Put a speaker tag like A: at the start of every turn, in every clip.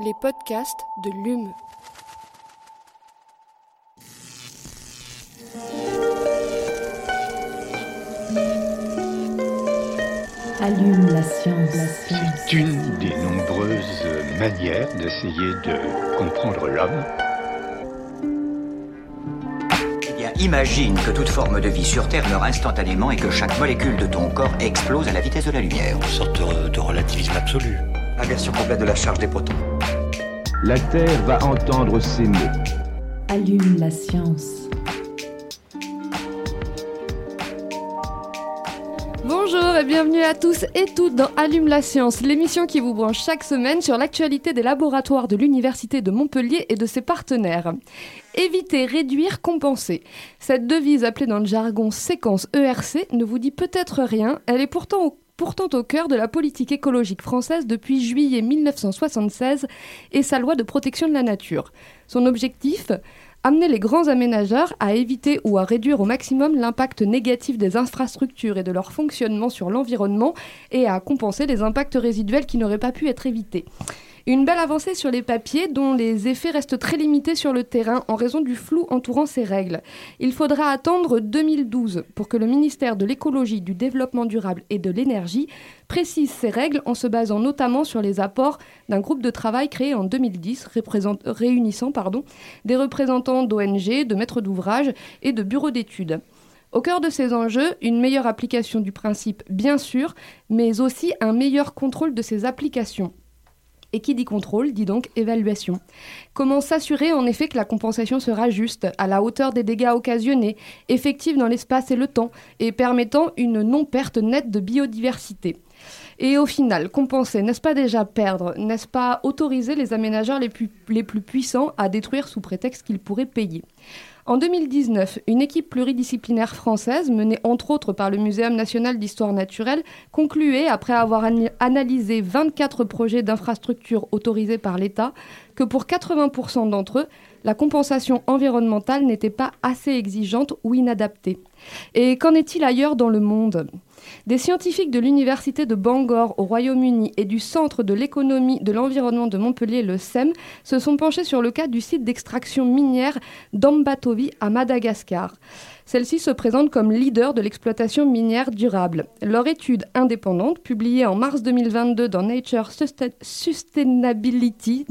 A: Les podcasts de l'UM.
B: Allume la science.
C: C'est une des nombreuses manières d'essayer de comprendre l'homme.
D: Eh bien, imagine que toute forme de vie sur Terre meurt instantanément et que chaque molécule de ton corps explose à la vitesse de la lumière.
E: Une sorte de relativisme absolu.
D: Inversion complète de la charge des protons.
F: La Terre va entendre ces mots.
B: Allume la science.
A: Bonjour et bienvenue à tous et toutes dans Allume la science, l'émission qui vous branche chaque semaine sur l'actualité des laboratoires de l'Université de Montpellier et de ses partenaires. Éviter, réduire, compenser. Cette devise appelée dans le jargon séquence ERC ne vous dit peut-être rien, elle est pourtant au cœur de la politique écologique française depuis juillet 1976 et sa loi de protection de la nature. Son objectif ? Amener les grands aménageurs à éviter ou à réduire au maximum l'impact négatif des infrastructures et de leur fonctionnement sur l'environnement et à compenser les impacts résiduels qui n'auraient pas pu être évités. Une belle avancée sur les papiers dont les effets restent très limités sur le terrain en raison du flou entourant ces règles. Il faudra attendre 2012 pour que le ministère de l'écologie, du développement durable et de l'énergie précise ces règles en se basant notamment sur les apports d'un groupe de travail créé en 2010 réunissant des représentants d'ONG, de maîtres d'ouvrage et de bureaux d'études. Au cœur de ces enjeux, une meilleure application du principe, bien sûr, mais aussi un meilleur contrôle de ces applications. Et qui dit contrôle, dit donc évaluation. Comment s'assurer en effet que la compensation sera juste, à la hauteur des dégâts occasionnés, effective dans l'espace et le temps, et permettant une non-perte nette de biodiversité. Et au final, compenser, n'est-ce pas déjà perdre ? N'est-ce pas autoriser les aménageurs les plus puissants à détruire sous prétexte qu'ils pourraient payer ? En 2019, une équipe pluridisciplinaire française, menée entre autres par le Muséum national d'histoire naturelle, concluait, après avoir analysé 24 projets d'infrastructures autorisés par l'État, que pour 80% d'entre eux, la compensation environnementale n'était pas assez exigeante ou inadaptée. Et qu'en est-il ailleurs dans le monde ? Des scientifiques de l'université de Bangor au Royaume-Uni et du Centre de l'économie de l'environnement de Montpellier, le CEM, se sont penchés sur le cas du site d'extraction minière d'Ambatovi à Madagascar. Celle-ci se présente comme leader de l'exploitation minière durable. Leur étude indépendante, publiée en mars 2022 dans Nature Sustainability,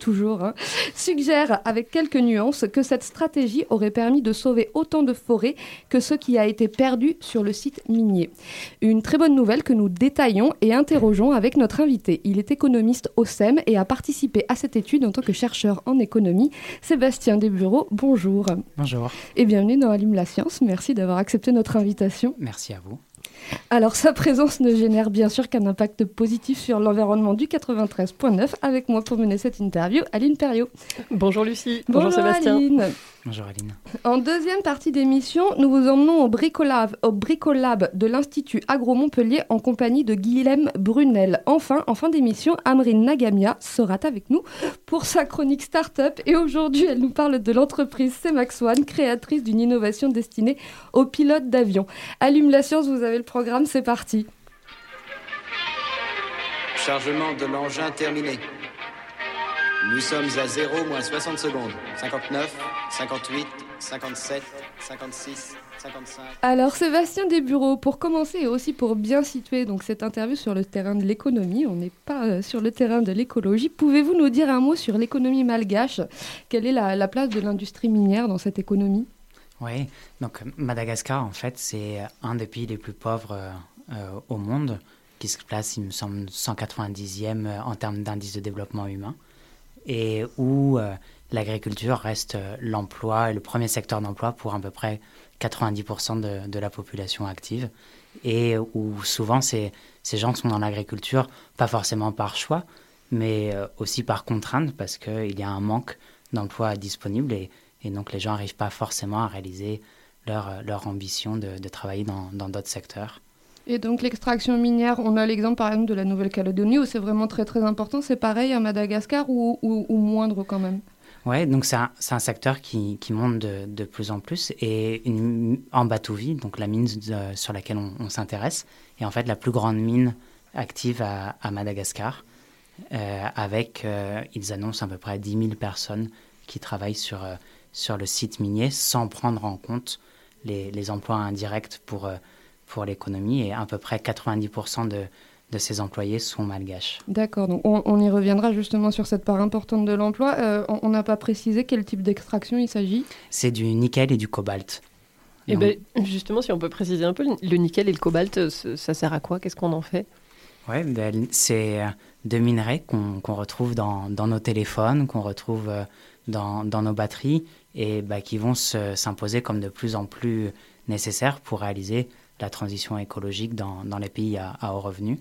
A: suggère avec quelques nuances que cette stratégie aurait permis de sauver autant de forêts que ce qui a été perdu sur le site minier. Une très bonne nouvelle que nous détaillons et interrogeons avec notre invité. Il est économiste au CEM et a participé à cette étude en tant que chercheur en économie. Sébastien Desbureaux, bonjour.
G: Bonjour. Et
A: bienvenue dans Allume la science. Merci d'avoir accepté notre invitation.
G: Merci à vous.
A: Alors, sa présence ne génère bien sûr qu'un impact positif sur l'environnement du 93.9. Avec moi pour mener cette interview, Aline Perriot.
H: Bonjour Lucie. Bonjour Sébastien.
A: Aline.
G: Bonjour Aline.
A: En deuxième partie d'émission, nous vous emmenons au Bricolab de l'Institut Agro Montpellier en compagnie de Guilhem Brunel. Enfin, en fin d'émission, Amrine Nagamia sera avec nous pour sa chronique Start-up. Et aujourd'hui, elle nous parle de l'entreprise Cemax One, créatrice d'une innovation destinée aux pilotes d'avion. Allume la science, vous avez le programme, c'est parti.
I: Chargement de l'engin terminé. Nous sommes à 0 moins 60 secondes. 59, 58, 57, 56, 55...
A: Alors Sébastien Desbureaux, pour commencer et aussi pour bien situer donc, cette interview sur le terrain de l'économie, on n'est pas sur le terrain de l'écologie, pouvez-vous nous dire un mot sur l'économie malgache ? Quelle est la place de l'industrie minière dans cette économie ?
G: Oui, donc Madagascar en fait c'est un des pays les plus pauvres au monde, qui se place il me semble 190e en termes d'indice de développement humain. Et où l'agriculture reste l'emploi, le premier secteur d'emploi pour à peu près 90% de la population active, et où souvent ces gens sont dans l'agriculture, pas forcément par choix, mais aussi par contrainte, parce qu'il y a un manque d'emplois disponibles, et donc les gens n'arrivent pas forcément à réaliser leur ambition de travailler dans d'autres secteurs.
A: Et donc l'extraction minière, on a l'exemple par exemple de la Nouvelle-Calédonie où c'est vraiment très très important. C'est pareil à Madagascar ou moindre quand même ?
G: Oui, donc c'est un secteur qui monte de plus en plus. Et Ambatovi, donc la mine sur laquelle on s'intéresse, est en fait la plus grande mine active à Madagascar. ils annoncent à peu près 10 000 personnes qui travaillent sur le site minier sans prendre en compte les emplois indirects pour l'économie, et à peu près 90% de ces employés sont malgaches.
A: D'accord, donc on y reviendra justement sur cette part importante de l'emploi. On n'a pas précisé quel type d'extraction il s'agit?
G: C'est du nickel et du cobalt.
H: Et justement, si on peut préciser un peu, le nickel et le cobalt, ça sert à quoi? Qu'est-ce qu'on en fait?
G: Ouais, c'est deux minerais qu'on retrouve dans nos téléphones, qu'on retrouve dans nos batteries, et qui vont s'imposer comme de plus en plus nécessaires pour réaliser la transition écologique dans les pays à haut revenu,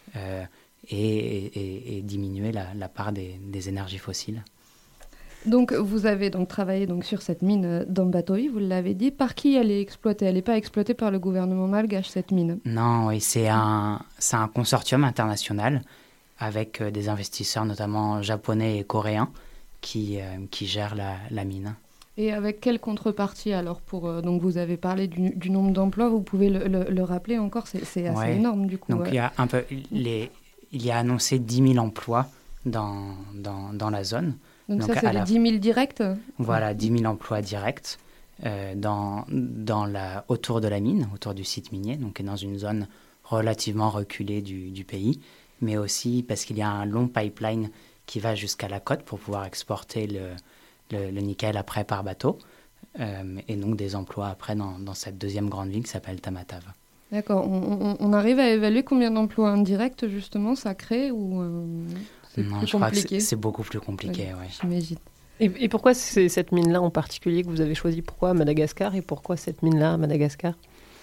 G: et diminuer la part des énergies fossiles.
A: Donc vous avez travaillé sur cette mine d'Ambatoy, vous l'avez dit. Par qui elle est exploitée? Elle n'est pas exploitée par le gouvernement malgache, cette mine?
G: Non, oui, c'est un consortium international avec des investisseurs notamment japonais et coréens qui gèrent la mine.
A: Et avec quelle contrepartie alors donc vous avez parlé du nombre d'emplois, vous pouvez le rappeler encore, c'est assez énorme du coup.
G: Donc il y a annoncé 10 000 emplois dans la zone.
A: Donc ça, c'est les 10 000 directs?
G: Voilà, 10 000 emplois directs autour de la mine, autour du site minier, donc dans une zone relativement reculée du pays, mais aussi parce qu'il y a un long pipeline qui va jusqu'à la côte pour pouvoir exporter le nickel après par bateau, et donc des emplois après dans cette deuxième grande ville qui s'appelle Tamatave.
A: D'accord. On arrive à évaluer combien d'emplois indirects justement ça crée ou c'est
G: non,
A: plus
G: je crois
A: compliqué?
G: que c'est beaucoup plus compliqué. Ouais.
A: J'imagine.
H: Et pourquoi c'est cette mine-là en particulier que vous avez choisi? Pourquoi à Madagascar, et pourquoi cette mine-là à Madagascar?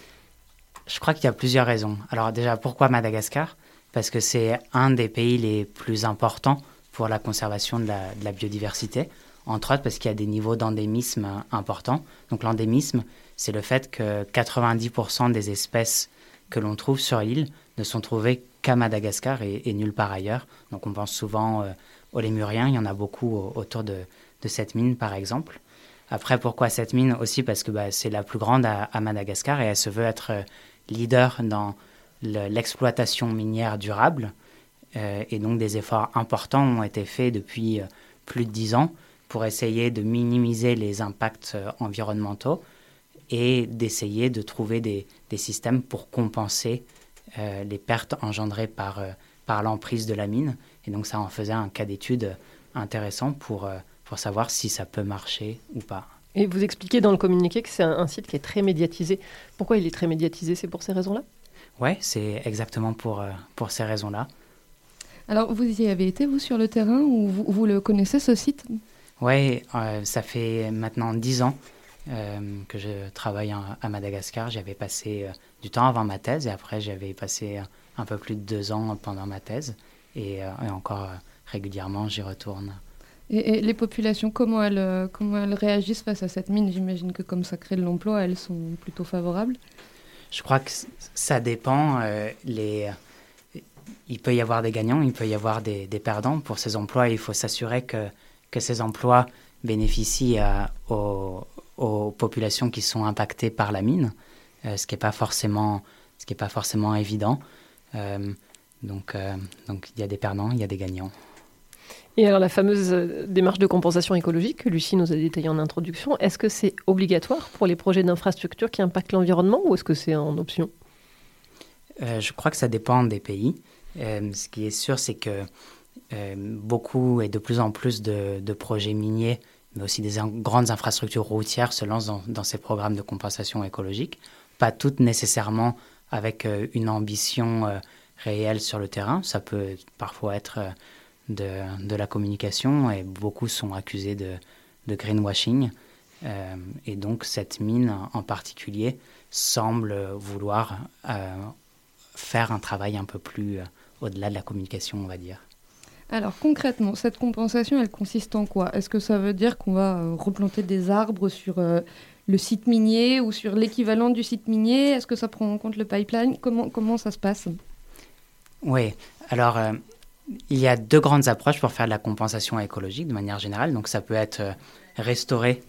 G: Je crois qu'il y a plusieurs raisons. Alors déjà, pourquoi Madagascar? Parce que c'est un des pays les plus importants pour la conservation de la biodiversité. Entre autres parce qu'il y a des niveaux d'endémisme importants. Donc l'endémisme, c'est le fait que 90% des espèces que l'on trouve sur l'île ne sont trouvées qu'à Madagascar et nulle part ailleurs. Donc on pense souvent aux lémuriens, il y en a beaucoup autour de cette mine par exemple. Après, pourquoi cette mine? Aussi parce que c'est la plus grande à Madagascar et elle se veut être leader dans l'exploitation minière durable. Et donc des efforts importants ont été faits depuis plus de 10 ans pour essayer de minimiser les impacts environnementaux et d'essayer de trouver des systèmes pour compenser les pertes engendrées par l'emprise de la mine. Et donc ça en faisait un cas d'étude intéressant pour savoir si ça peut marcher ou pas.
H: Et vous expliquez dans le communiqué que c'est un site qui est très médiatisé. Pourquoi il est très médiatisé? C'est pour ces raisons-là?
G: Oui, c'est exactement pour ces raisons-là.
A: Alors, vous y avez été, vous, sur le terrain, ou vous le connaissez, ce site?
G: Oui, ça fait maintenant 10 ans que je travaille à Madagascar. J'avais passé du temps avant ma thèse, et après j'avais passé un peu plus de 2 ans pendant ma thèse, et encore régulièrement j'y retourne.
A: Et les populations, comment elles réagissent face à cette mine? J'imagine que comme ça crée de l'emploi, elles sont plutôt favorables.
G: Je crois que ça dépend. Il peut y avoir des gagnants, il peut y avoir des perdants. Pour ces emplois, il faut s'assurer que ces emplois bénéficient aux populations qui sont impactées par la mine, ce qui n'est pas forcément évident. Donc il y a des perdants, il y a des gagnants.
H: Et alors la fameuse démarche de compensation écologique que Lucie nous a détaillée en introduction, est-ce que c'est obligatoire pour les projets d'infrastructure qui impactent l'environnement, ou est-ce que c'est en option?
G: Je crois que ça dépend des pays. Ce qui est sûr, c'est que beaucoup et de plus en plus de projets miniers, mais aussi des grandes infrastructures routières se lancent dans ces programmes de compensation écologique. Pas toutes nécessairement avec une ambition réelle sur le terrain. Ça peut parfois être de la communication, et beaucoup sont accusés de greenwashing. Et donc cette mine en particulier semble vouloir faire un travail un peu plus au-delà de la communication, on va dire.
A: Alors concrètement, cette compensation, elle consiste en quoi? Est-ce que ça veut dire qu'on va replanter des arbres sur le site minier ou sur l'équivalent du site minier? Est-ce que ça prend en compte le pipeline? Comment ça se passe? Oui,
G: alors il y a 2 grandes approches pour faire de la compensation écologique de manière générale. Donc ça peut être restaurer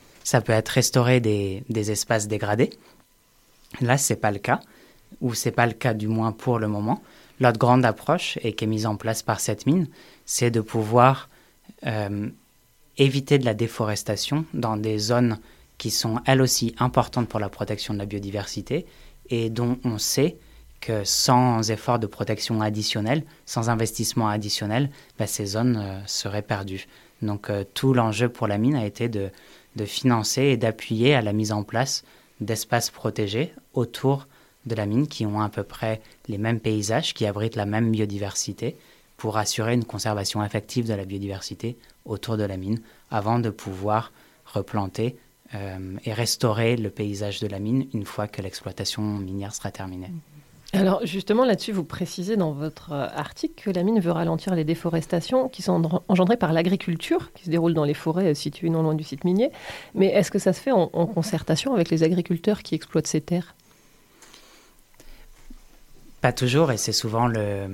G: des espaces dégradés. Là, c'est pas le cas, ou c'est pas le cas du moins pour le moment. l'autre grande approche, et qui est mise en place par cette mine, c'est de pouvoir éviter de la déforestation dans des zones qui sont elles aussi importantes pour la protection de la biodiversité et dont on sait que sans effort de protection additionnel, sans investissement additionnel, ces zones seraient perdues. Donc tout l'enjeu pour la mine a été de financer et d'appuyer à la mise en place d'espaces protégés autour de la mine qui ont à peu près les mêmes paysages, qui abritent la même biodiversité pour assurer une conservation effective de la biodiversité autour de la mine avant de pouvoir replanter et restaurer le paysage de la mine une fois que l'exploitation minière sera terminée.
H: Alors justement là-dessus, vous précisez dans votre article que la mine veut ralentir les déforestations qui sont engendrées par l'agriculture qui se déroule dans les forêts situées non loin du site minier. Mais est-ce que ça se fait en concertation avec les agriculteurs qui exploitent ces terres ?
G: Pas toujours, et c'est souvent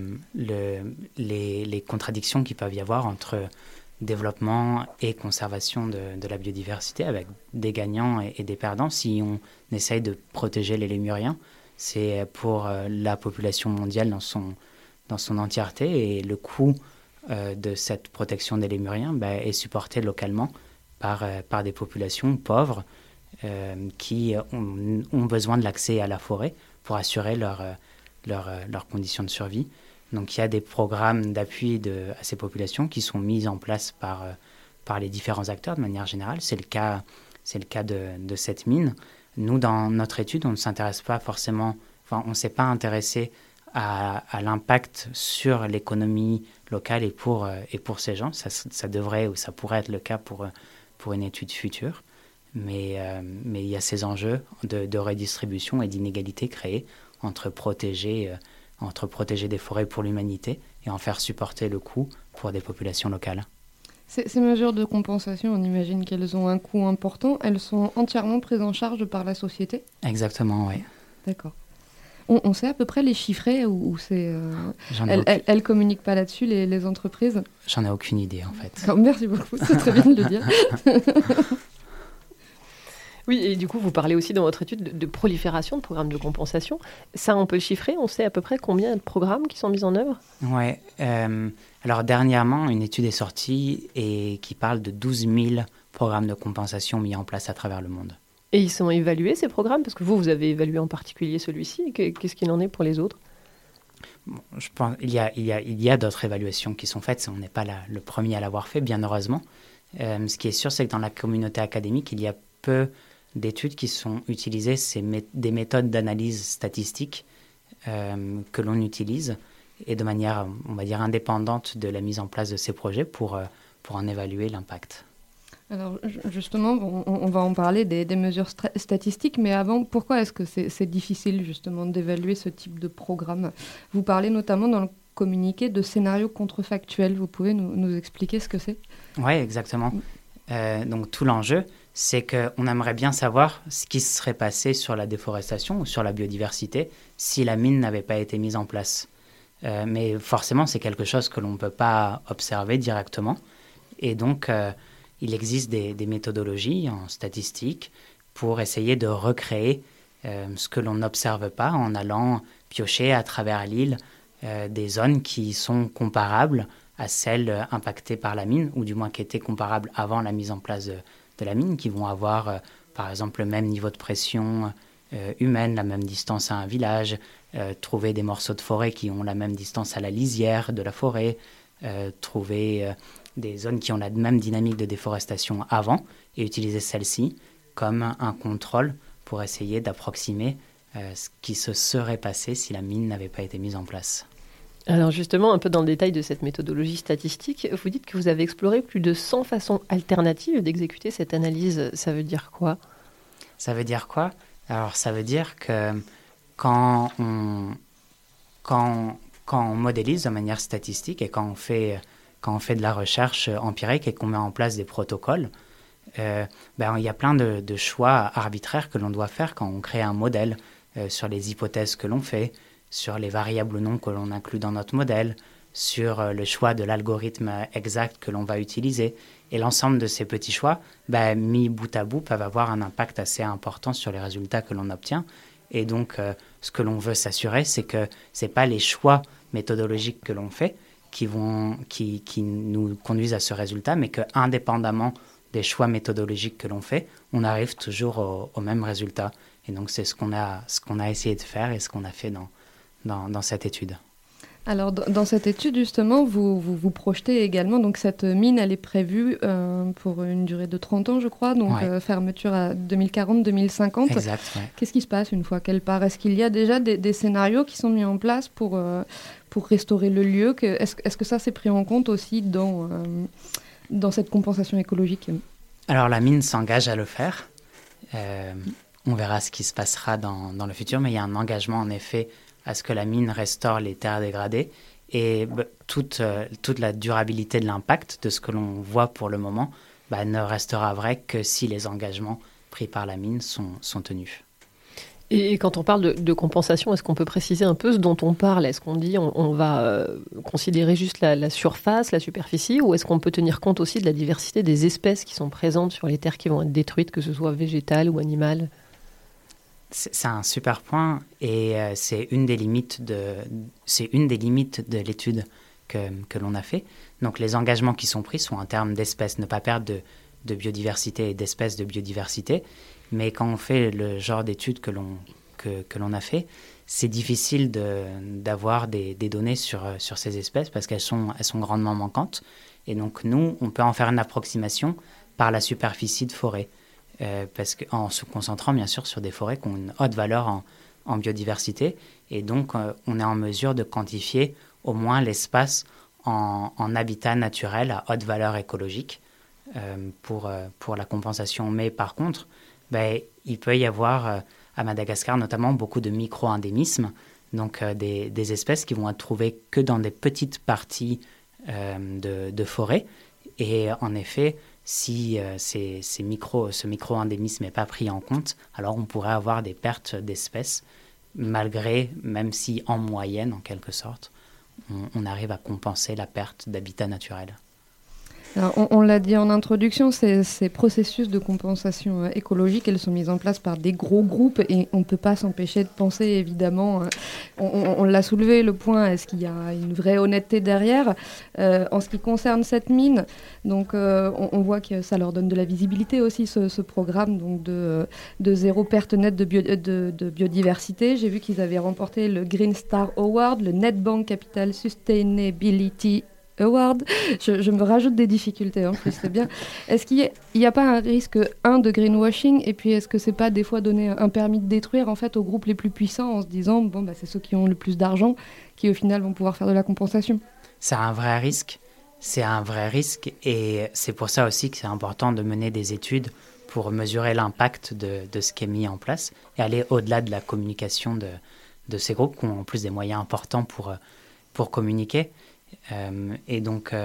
G: les contradictions qu'il peut y avoir entre développement et conservation de la biodiversité, avec des gagnants et des perdants. Si on essaye de protéger les lémuriens, c'est pour la population mondiale dans son entièreté, et le coût de cette protection des lémuriens est supporté localement par des populations pauvres qui ont besoin de l'accès à la forêt pour assurer leurs conditions de survie. Donc il y a des programmes d'appui à ces populations qui sont mis en place par les différents acteurs de manière générale. C'est le cas de cette mine. Nous, dans notre étude, on ne s'intéresse pas forcément, on ne s'est pas intéressé à l'impact sur l'économie locale et pour ces gens. Ça devrait ou ça pourrait être le cas pour une étude future. Mais il y a ces enjeux de redistribution et d'inégalité créés entre protéger des forêts pour l'humanité et en faire supporter le coût pour des populations locales.
A: Ces mesures de compensation, on imagine qu'elles ont un coût important. Elles sont entièrement prises en charge par la société ?
G: Exactement, oui.
A: D'accord. On sait à peu près les chiffrer ou c'est... Elles communiquent pas là-dessus, les entreprises ?
G: J'en ai aucune idée, en fait.
A: Alors, merci beaucoup, c'est très bien de le dire.
H: Oui, et du coup, vous parlez aussi dans votre étude de prolifération de programmes de compensation. Ça, on peut le chiffrer ? On sait à peu près combien de programmes qui sont mis en œuvre ?
G: Oui. Alors, dernièrement, une étude est sortie et qui parle de 12 000 programmes de compensation mis en place à travers le monde.
H: Et ils sont évalués, ces programmes ? Parce que vous avez évalué en particulier celui-ci. Qu'est-ce qu'il en est pour les autres ?
G: Bon, je pense qu'il y a d'autres évaluations qui sont faites. On n'est pas le premier à l'avoir fait, bien heureusement. Ce qui est sûr, c'est que dans la communauté académique, il y a peu d'études qui sont utilisées, des méthodes d'analyse statistique que l'on utilise et de manière, on va dire, indépendante de la mise en place de ces projets pour en évaluer l'impact.
A: Alors justement, on va en parler des mesures statistiques, mais avant, pourquoi est-ce que c'est difficile justement d'évaluer ce type de programme ? Vous parlez notamment dans le communiqué de scénarios contrefactuels. Vous pouvez nous expliquer ce que c'est ?
G: Oui, exactement. Donc tout l'enjeu, c'est qu'on aimerait bien savoir ce qui se serait passé sur la déforestation ou sur la biodiversité si la mine n'avait pas été mise en place. Mais forcément, c'est quelque chose que l'on ne peut pas observer directement. Et donc, il existe des méthodologies en statistique pour essayer de recréer ce que l'on n'observe pas en allant piocher à travers l'île des zones qui sont comparables à celles impactées par la mine, ou du moins qui étaient comparables avant la mise en place de la mine, qui vont avoir, par exemple, le même niveau de pression humaine, la même distance à un village, trouver des morceaux de forêt qui ont la même distance à la lisière de la forêt, trouver des zones qui ont la même dynamique de déforestation avant, et utiliser celle-ci comme un contrôle pour essayer d'approximer ce qui se serait passé si la mine n'avait pas été mise en place.
H: Alors justement, un peu dans le détail de cette méthodologie statistique, vous dites que vous avez exploré plus de 100 façons alternatives d'exécuter cette analyse. Ça veut dire quoi ?
G: Ça veut dire quoi ? Alors ça veut dire que quand on modélise de manière statistique et quand on fait de la recherche empirique et qu'on met en place des protocoles, il y a plein de choix arbitraires que l'on doit faire quand on crée un modèle sur les hypothèses que l'on fait, sur les variables ou non que l'on inclut dans notre modèle, sur le choix de l'algorithme exact que l'on va utiliser. Et l'ensemble de ces petits choix, mis bout à bout, peuvent avoir un impact assez important sur les résultats que l'on obtient. Et donc, ce que l'on veut s'assurer, c'est que ce n'est pas les choix méthodologiques que l'on fait qui nous conduisent à ce résultat, mais qu'indépendamment des choix méthodologiques que l'on fait, on arrive toujours au même résultat. Et donc, c'est ce qu'on a essayé de faire et ce qu'on a fait dans cette étude.
A: Alors, dans cette étude, justement, vous projetez également, donc cette mine, elle est prévue pour une durée de 30 ans, je crois, donc fermeture à 2040-2050.
G: Exact, ouais.
A: Qu'est-ce qui se passe une fois qu'elle part? Est-ce qu'il y a déjà des scénarios qui sont mis en place pour restaurer le lieu? Est-ce que ça s'est pris en compte aussi dans cette compensation écologique?
G: Alors, la mine s'engage à le faire. On verra ce qui se passera dans le futur, mais il y a un engagement, en effet, à ce que la mine restaure les terres dégradées. Et toute la durabilité de l'impact de ce que l'on voit pour le moment ne restera vrai que si les engagements pris par la mine sont tenus.
H: Et quand on parle de compensation, est-ce qu'on peut préciser un peu ce dont on parle? Est-ce qu'on dit on va considérer juste la surface, la superficie, ou est-ce qu'on peut tenir compte aussi de la diversité des espèces qui sont présentes sur les terres qui vont être détruites, que ce soit végétales ou animales?
G: C'est un super point et c'est une des limites de l'étude que l'on a fait. Donc les engagements qui sont pris sont en termes d'espèces, ne pas perdre de biodiversité et d'espèces de biodiversité. Mais quand on fait le genre d'études que l'on a fait, c'est difficile d'avoir des données sur ces espèces parce qu'elles sont grandement manquantes. Et donc nous, on peut en faire une approximation par la superficie de forêt. Parce qu'en se concentrant bien sûr sur des forêts qui ont une haute valeur en biodiversité, et donc on est en mesure de quantifier au moins l'espace en habitat naturel à haute valeur écologique pour la compensation. Mais par contre, il peut y avoir à Madagascar notamment beaucoup de micro-endémismes, donc des espèces qui vont être trouvées que dans des petites parties de forêt, et en effet, si ce micro-endémisme n'est pas pris en compte, alors on pourrait avoir des pertes d'espèces, même si en moyenne, en quelque sorte, on arrive à compenser la perte d'habitat naturel.
A: Alors, on l'a dit en introduction, ces processus de compensation écologique, elles sont mises en place par des gros groupes et on ne peut pas s'empêcher de penser, évidemment, on l'a soulevé, le point, est-ce qu'il y a une vraie honnêteté derrière? En ce qui concerne cette mine, donc, on voit que ça leur donne de la visibilité aussi, ce programme donc de zéro perte nette de biodiversité. J'ai vu qu'ils avaient remporté le Green Star Award, le Netbank Capital Sustainability Award. Je me rajoute des difficultés en plus, c'est bien. Est-ce qu'il n'y a pas un risque, de greenwashing, et puis est-ce que c'est pas des fois donner un permis de détruire en fait aux groupes les plus puissants en se disant c'est ceux qui ont le plus d'argent qui au final vont pouvoir faire de la compensation?
G: C'est un vrai risque. Et c'est pour ça aussi que c'est important de mener des études pour mesurer l'impact de ce qui est mis en place et aller au-delà de la communication de ces groupes qui ont en plus des moyens importants pour communiquer. Et donc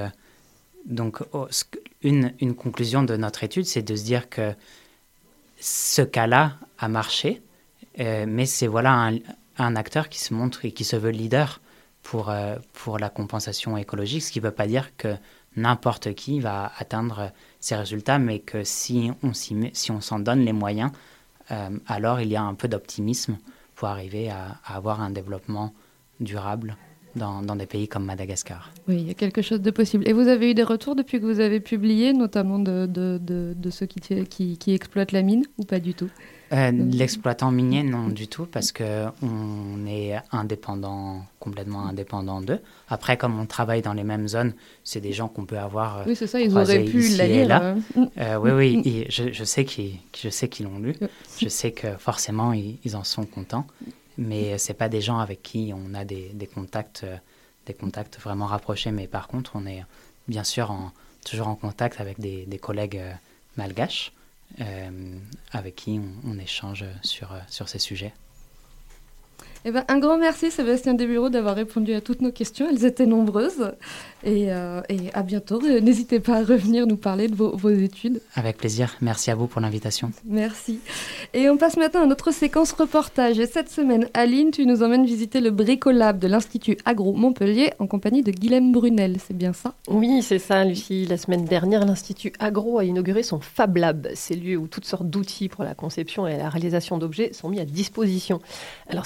G: une conclusion de notre étude, c'est de se dire que ce cas-là a marché, mais c'est un acteur qui se montre et qui se veut leader pour la compensation écologique, ce qui ne veut pas dire que n'importe qui va atteindre ces résultats, mais que si on s'en donne les moyens, alors il y a un peu d'optimisme pour arriver à avoir un développement durable dans des pays comme Madagascar.
A: Oui, il y a quelque chose de possible. Et vous avez eu des retours depuis que vous avez publié, notamment de ceux qui exploitent la mine, ou pas du tout?
G: L'exploitant minier, non du tout, parce qu'on est complètement indépendant d'eux. Après, comme on travaille dans les mêmes zones, c'est des gens qu'on peut avoir
A: oui, c'est ça, ils auraient pu la lire.
G: Oui, je sais qu'ils l'ont lu. Je sais que forcément, ils en sont contents. Mais ce n'est pas des gens avec qui on a des contacts vraiment rapprochés. Mais par contre, on est bien sûr toujours en contact avec des collègues malgaches avec qui on échange sur ces sujets.
A: Un grand merci Sébastien Desbureaux d'avoir répondu à toutes nos questions. Elles étaient nombreuses. Et à bientôt. N'hésitez pas à revenir nous parler de vos études.
G: Avec plaisir. Merci à vous pour l'invitation.
A: Merci. Et on passe maintenant à notre séquence reportage. Et cette semaine, Aline, tu nous emmènes visiter le Bricolab de l'Institut Agro Montpellier en compagnie de Guilhem Brunel. C'est bien ça?
H: Oui, c'est ça, Lucie. La semaine dernière, l'Institut Agro a inauguré son Fab Lab. C'est le lieu où toutes sortes d'outils pour la conception et la réalisation d'objets sont mis à disposition. Alors, c'est un laboratoire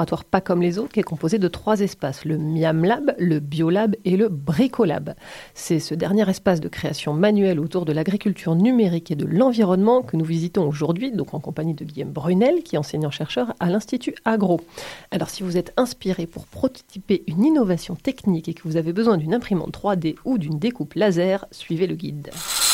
H: laboratoire pas comme les autres qui est composé de 3 espaces, le Miam Lab, le Biolab et le Bricolab. C'est ce dernier espace de création manuelle autour de l'agriculture numérique et de l'environnement que nous visitons aujourd'hui, donc en compagnie de Guillaume Brunel, qui est enseignant-chercheur à l'Institut Agro. Alors si vous êtes inspiré pour prototyper une innovation technique et que vous avez besoin d'une imprimante 3D ou d'une découpe laser, suivez le guide.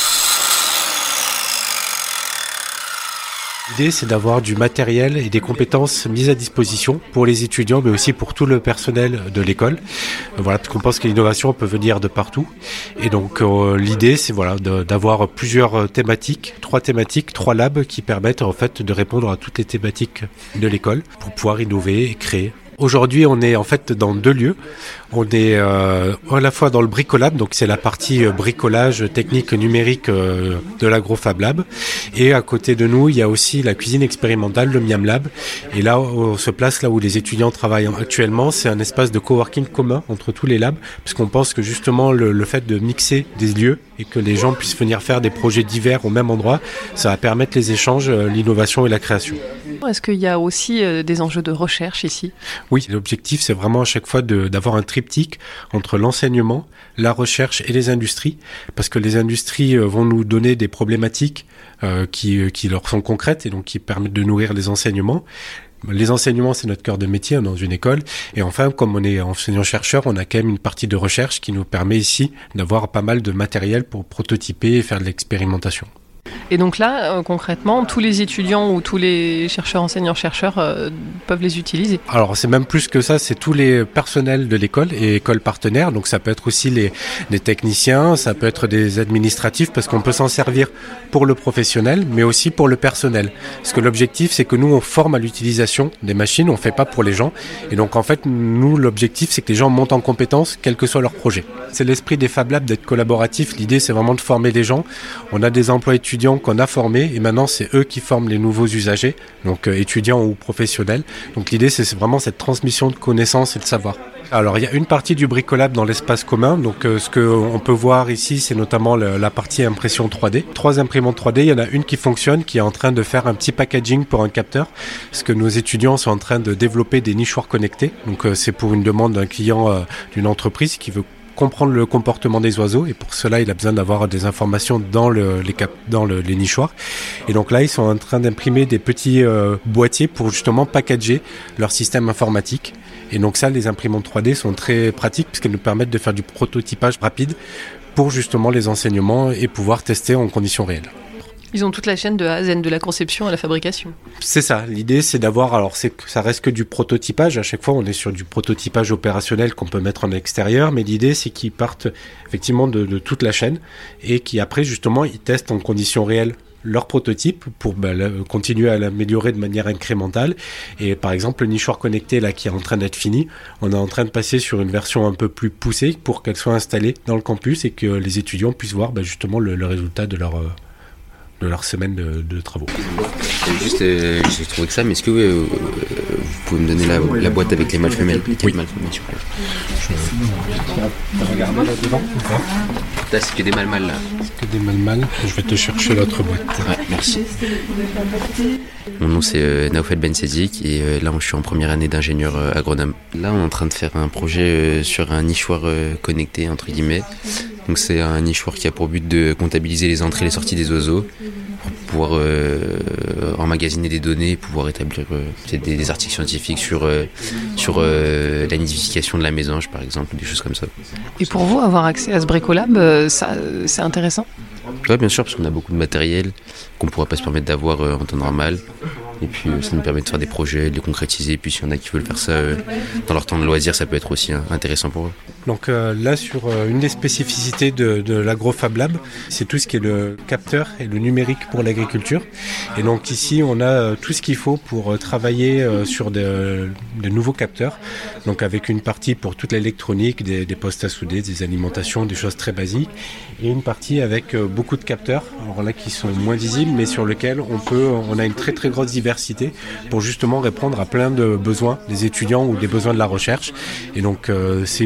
J: L'idée, c'est d'avoir du matériel et des compétences mises à disposition pour les étudiants, mais aussi pour tout le personnel de l'école. Voilà, parce qu'on pense que l'innovation peut venir de partout. Et donc, l'idée, c'est d'avoir plusieurs thématiques, 3 labs qui permettent en fait de répondre à toutes les thématiques de l'école pour pouvoir innover et créer. Aujourd'hui, on est en fait dans 2 lieux. On est à la fois dans le Bricolab, donc c'est la partie bricolage technique numérique de l'AgroFab Lab. Et à côté de nous, il y a aussi la cuisine expérimentale, le Miam Lab. Et là, on se place là où les étudiants travaillent actuellement. C'est un espace de coworking commun entre tous les labs, puisqu'on pense que justement le fait de mixer des lieux et que les gens puissent venir faire des projets divers au même endroit, ça va permettre les échanges, l'innovation et la création.
H: Est-ce qu'il y a aussi des enjeux de recherche ici ?
J: Oui, l'objectif, c'est vraiment à chaque fois d'avoir un triptyque entre l'enseignement, la recherche et les industries, parce que les industries vont nous donner des problématiques qui leur sont concrètes et donc qui permettent de nourrir les enseignements. Les enseignements, c'est notre cœur de métier dans une école. Et enfin, comme on est enseignant-chercheur, on a quand même une partie de recherche qui nous permet ici d'avoir pas mal de matériel pour prototyper et faire de l'expérimentation.
H: Et donc là, concrètement, tous les étudiants ou tous les chercheurs, enseignants-chercheurs peuvent les utiliser.
J: Alors c'est même plus que ça, c'est tous les personnels de l'école et écoles partenaires. Donc ça peut être aussi les techniciens, ça peut être des administratifs, parce qu'on peut s'en servir pour le professionnel, mais aussi pour le personnel. Parce que l'objectif, c'est que nous, on forme à l'utilisation des machines, on ne fait pas pour les gens. Et donc en fait, nous, l'objectif, c'est que les gens montent en compétences, quel que soit leur projet. C'est l'esprit des Fab Labs d'être collaboratif. L'idée, c'est vraiment de former les gens. On a des emplois étudiants qu'on a formés et maintenant c'est eux qui forment les nouveaux usagers, donc étudiants ou professionnels. Donc l'idée, c'est vraiment cette transmission de connaissances et de savoir. Alors il y a une partie du Bricolab dans l'espace commun, donc ce qu'on peut voir ici, c'est notamment la partie impression 3D. 3 imprimantes 3D, il y en a une qui fonctionne, qui est en train de faire un petit packaging pour un capteur, parce que nos étudiants sont en train de développer des nichoirs connectés. Donc c'est pour une demande d'un client d'une entreprise qui veut comprendre le comportement des oiseaux, et pour cela il a besoin d'avoir des informations dans les nichoirs. Et donc là ils sont en train d'imprimer des petits boîtiers pour justement packager leur système informatique. Et donc ça, les imprimantes 3D sont très pratiques puisqu'elles nous permettent de faire du prototypage rapide pour justement les enseignements et pouvoir tester en conditions réelles.
H: Ils ont toute la chaîne de A à Z, de la conception à la fabrication.
J: C'est ça, l'idée c'est d'avoir, alors ça reste que du prototypage, à chaque fois on est sur du prototypage opérationnel qu'on peut mettre en extérieur, mais l'idée c'est qu'ils partent effectivement de toute la chaîne et qu'après justement ils testent en conditions réelles leur prototype pour continuer à l'améliorer de manière incrémentale. Et par exemple le nichoir connecté là qui est en train d'être fini, on est en train de passer sur une version un peu plus poussée pour qu'elle soit installée dans le campus et que les étudiants puissent voir justement le résultat de leur semaine de travaux.
K: J'ai trouvé que ça, mais est-ce que vous pouvez me donner la boîte avec les mâles femelles?
J: Oui.
K: Mâles femelles, s'il vous plaît.
J: Regarde là devant.
K: Là, c'est que des mâles là.
J: C'est que des mâles. Je vais te chercher l'autre boîte.
K: Ouais, merci. Mon nom c'est Naoufel Ben Sezik et là je suis en première année d'ingénieur agronome. Là on est en train de faire un projet sur un nichoir connecté entre guillemets. Donc c'est un nichoir qui a pour but de comptabiliser les entrées et les sorties des oiseaux pour pouvoir emmagasiner des données et pouvoir établir des articles scientifiques sur la nidification de la mésange par exemple, des choses comme ça.
H: Et pour vous, avoir accès à ce Bricolab, c'est intéressant ?
K: Oui, bien sûr, parce qu'on a beaucoup de matériel qu'on ne pourra pas se permettre d'avoir en temps normal. Et puis ça nous permet de faire des projets, de les concrétiser. Et puis s'il y en a qui veulent faire ça dans leur temps de loisir, ça peut être aussi intéressant pour eux. Donc là, sur une des spécificités de l'AgroFab Lab, c'est tout ce qui est le capteur et le numérique pour l'agriculture. Et donc ici, on a tout ce qu'il faut pour travailler sur de nouveaux capteurs. Donc avec une partie pour toute l'électronique, des postes à souder, des alimentations, des choses très basiques. Et une partie avec beaucoup de capteurs, alors là qui sont moins visibles, mais sur lesquels on a une très très grosse diversité pour justement répondre à plein de besoins des étudiants ou des besoins de la recherche. Et donc c'est vraiment une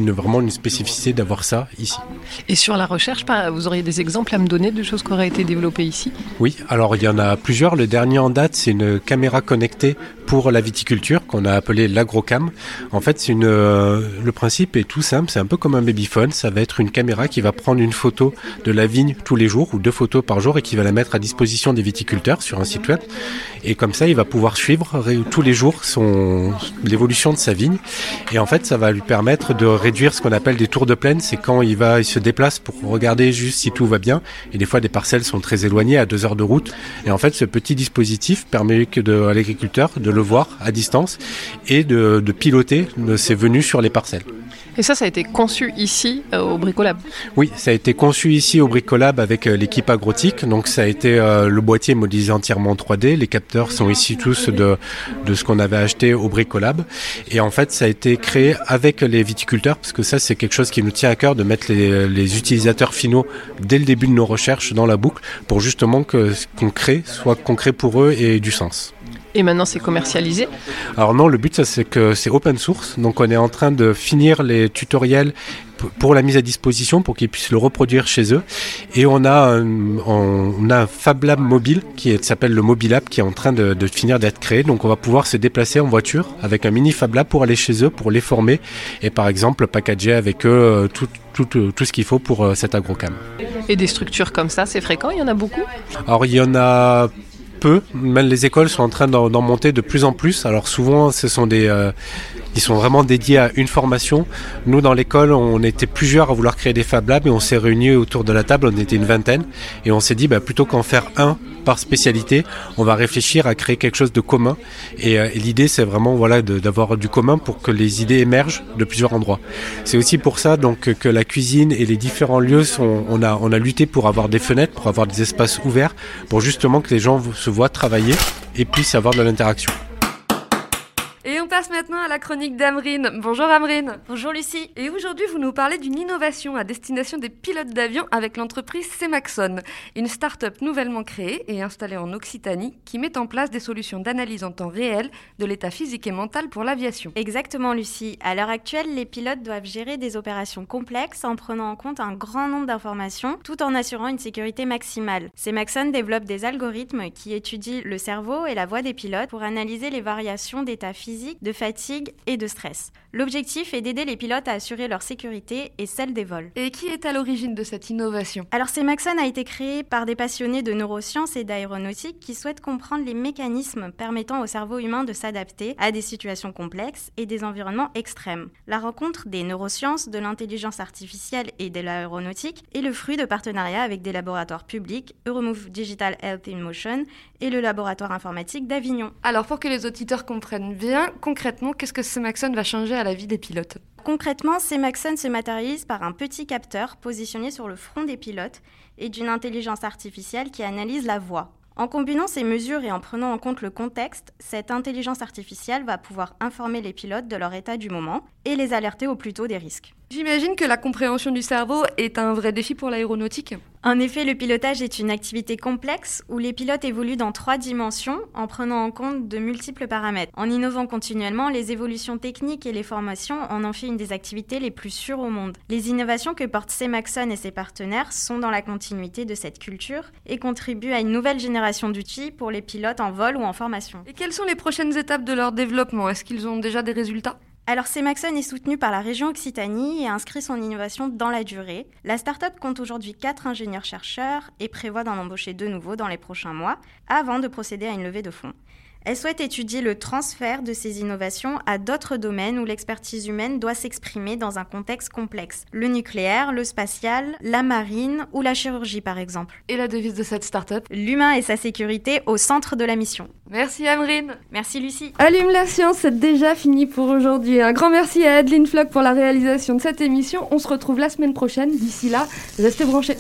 J: une spécificité d'avoir ça ici.
H: Et sur la recherche, vous auriez des exemples à me donner de choses qui auraient été développées ici ?
J: Oui, alors il y en a plusieurs. Le dernier en date, c'est une caméra connectée pour la viticulture qu'on a appelée l'agrocam. En fait, le principe est tout simple, c'est un peu comme un babyphone. Ça va être une caméra qui va prendre une photo de la vigne tous les jours ou 2 photos par jour et qui va la mettre à disposition des viticulteurs sur un site web. Et comme ça, il va pouvoir suivre tous les jours l'évolution de sa vigne. Et en fait, ça va lui permettre de réduire ce qu'on appelle des tours de plaine. C'est quand il se déplace pour regarder juste si tout va bien. Et des fois, des parcelles sont très éloignées, à 2 heures de route. Et en fait, ce petit dispositif permet à l'agriculteur de le voir à distance et de piloter ses venues sur les parcelles.
H: Et ça a été conçu ici au Bricolab ?
J: Oui, ça a été conçu ici au Bricolab avec l'équipe Agrotique. Donc ça a été le boîtier modélisé entièrement en 3D. Les capteurs sont ici tous de ce qu'on avait acheté au Bricolab. Et en fait, ça a été créé avec les viticulteurs parce que ça, c'est quelque chose qui nous tient à cœur de mettre les utilisateurs finaux dès le début de nos recherches dans la boucle pour justement que ce qu'on crée soit concret pour eux et ait du sens.
H: Et maintenant, c'est commercialisé ?
J: Alors non, le but, c'est que c'est open source. Donc, on est en train de finir les tutoriels pour la mise à disposition, pour qu'ils puissent le reproduire chez eux. Et on a un Fab Lab mobile qui s'appelle le Mobilab, qui est en train de finir d'être créé. Donc, on va pouvoir se déplacer en voiture avec un mini Fab Lab pour aller chez eux, pour les former et, par exemple, packager avec eux tout ce qu'il faut pour cette agrocam.
H: Et des structures comme ça, c'est fréquent ? Il y en a beaucoup ?
J: Alors, il y en a peu, même les écoles sont en train d'en monter de plus en plus. Alors souvent, ils sont vraiment dédiés à une formation. Nous, dans l'école, on était plusieurs à vouloir créer des Fab Labs et on s'est réunis autour de la table, on était une vingtaine et on s'est dit, plutôt qu'en faire un par spécialité, on va réfléchir à créer quelque chose de commun et l'idée, c'est vraiment d'avoir du commun pour que les idées émergent de plusieurs endroits. C'est aussi pour ça donc que la cuisine et les différents lieux on a lutté pour avoir des fenêtres, pour avoir des espaces ouverts, pour justement que les gens se voient travailler et puissent avoir de l'interaction.
A: Et on passe maintenant à la chronique d'Amrine. Bonjour Amrine.
L: Bonjour Lucie.
A: Et aujourd'hui, vous nous parlez d'une innovation à destination des pilotes d'avion avec l'entreprise Cemaxon, une start-up nouvellement créée et installée en Occitanie qui met en place des solutions d'analyse en temps réel de l'état physique et mental pour l'aviation.
L: Exactement Lucie. À l'heure actuelle, les pilotes doivent gérer des opérations complexes en prenant en compte un grand nombre d'informations tout en assurant une sécurité maximale. Cemaxon développe des algorithmes qui étudient le cerveau et la voix des pilotes pour analyser les variations d'état physique, de fatigue et de stress. L'objectif est d'aider les pilotes à assurer leur sécurité et celle des vols.
A: Et qui est à l'origine de cette innovation ?
L: Alors Cemaxon a été créé par des passionnés de neurosciences et d'aéronautique qui souhaitent comprendre les mécanismes permettant au cerveau humain de s'adapter à des situations complexes et des environnements extrêmes. La rencontre des neurosciences, de l'intelligence artificielle et de l'aéronautique est le fruit de partenariats avec des laboratoires publics, Euromove Digital Health in Motion et le laboratoire informatique d'Avignon.
A: Alors pour que les auditeurs comprennent bien, concrètement, qu'est-ce que Cemaxon va changer à la vie des pilotes ?
L: Concrètement, Cemaxon se matérialise par un petit capteur positionné sur le front des pilotes et d'une intelligence artificielle qui analyse la voix. En combinant ces mesures et en prenant en compte le contexte, cette intelligence artificielle va pouvoir informer les pilotes de leur état du moment et les alerter au plus tôt des risques.
A: J'imagine que la compréhension du cerveau est un vrai défi pour l'aéronautique.
L: En effet, le pilotage est une activité complexe où les pilotes évoluent dans 3 dimensions en prenant en compte de multiples paramètres. En innovant continuellement, les évolutions techniques et les formations en ont fait une des activités les plus sûres au monde. Les innovations que portent Cemaxon et ses partenaires sont dans la continuité de cette culture et contribuent à une nouvelle génération d'outils pour les pilotes en vol ou en formation.
A: Et quelles sont les prochaines étapes de leur développement ? Est-ce qu'ils ont déjà des résultats ?
L: Alors Cemaxon est soutenu par la région Occitanie et a inscrit son innovation dans la durée. La start-up compte aujourd'hui 4 ingénieurs-chercheurs et prévoit d'en embaucher 2 nouveaux dans les prochains mois avant de procéder à une levée de fonds. Elle souhaite étudier le transfert de ces innovations à d'autres domaines où l'expertise humaine doit s'exprimer dans un contexte complexe. Le nucléaire, le spatial, la marine ou la chirurgie par exemple.
A: Et la devise de cette start-up ?
L: L'humain et sa sécurité au centre de la mission.
A: Merci Amrine.
L: Merci Lucie.
A: Allume la science, c'est déjà fini pour aujourd'hui. Un grand merci à Adeline Flock pour la réalisation de cette émission. On se retrouve la semaine prochaine. D'ici là, restez branchés.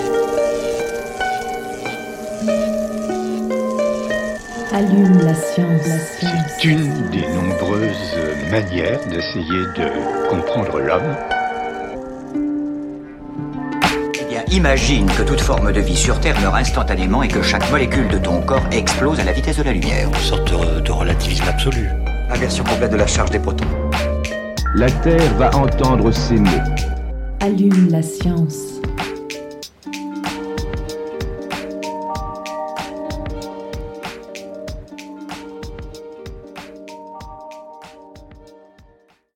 B: Allume la science.
C: C'est une des nombreuses manières d'essayer de comprendre l'homme.
D: Eh bien, imagine que toute forme de vie sur Terre meurt instantanément et que chaque molécule de ton corps explose à la vitesse de la lumière.
E: Une sorte de relativisme absolu.
I: Inversion complète de la charge des protons.
F: La Terre va entendre ces mots.
B: Allume la science.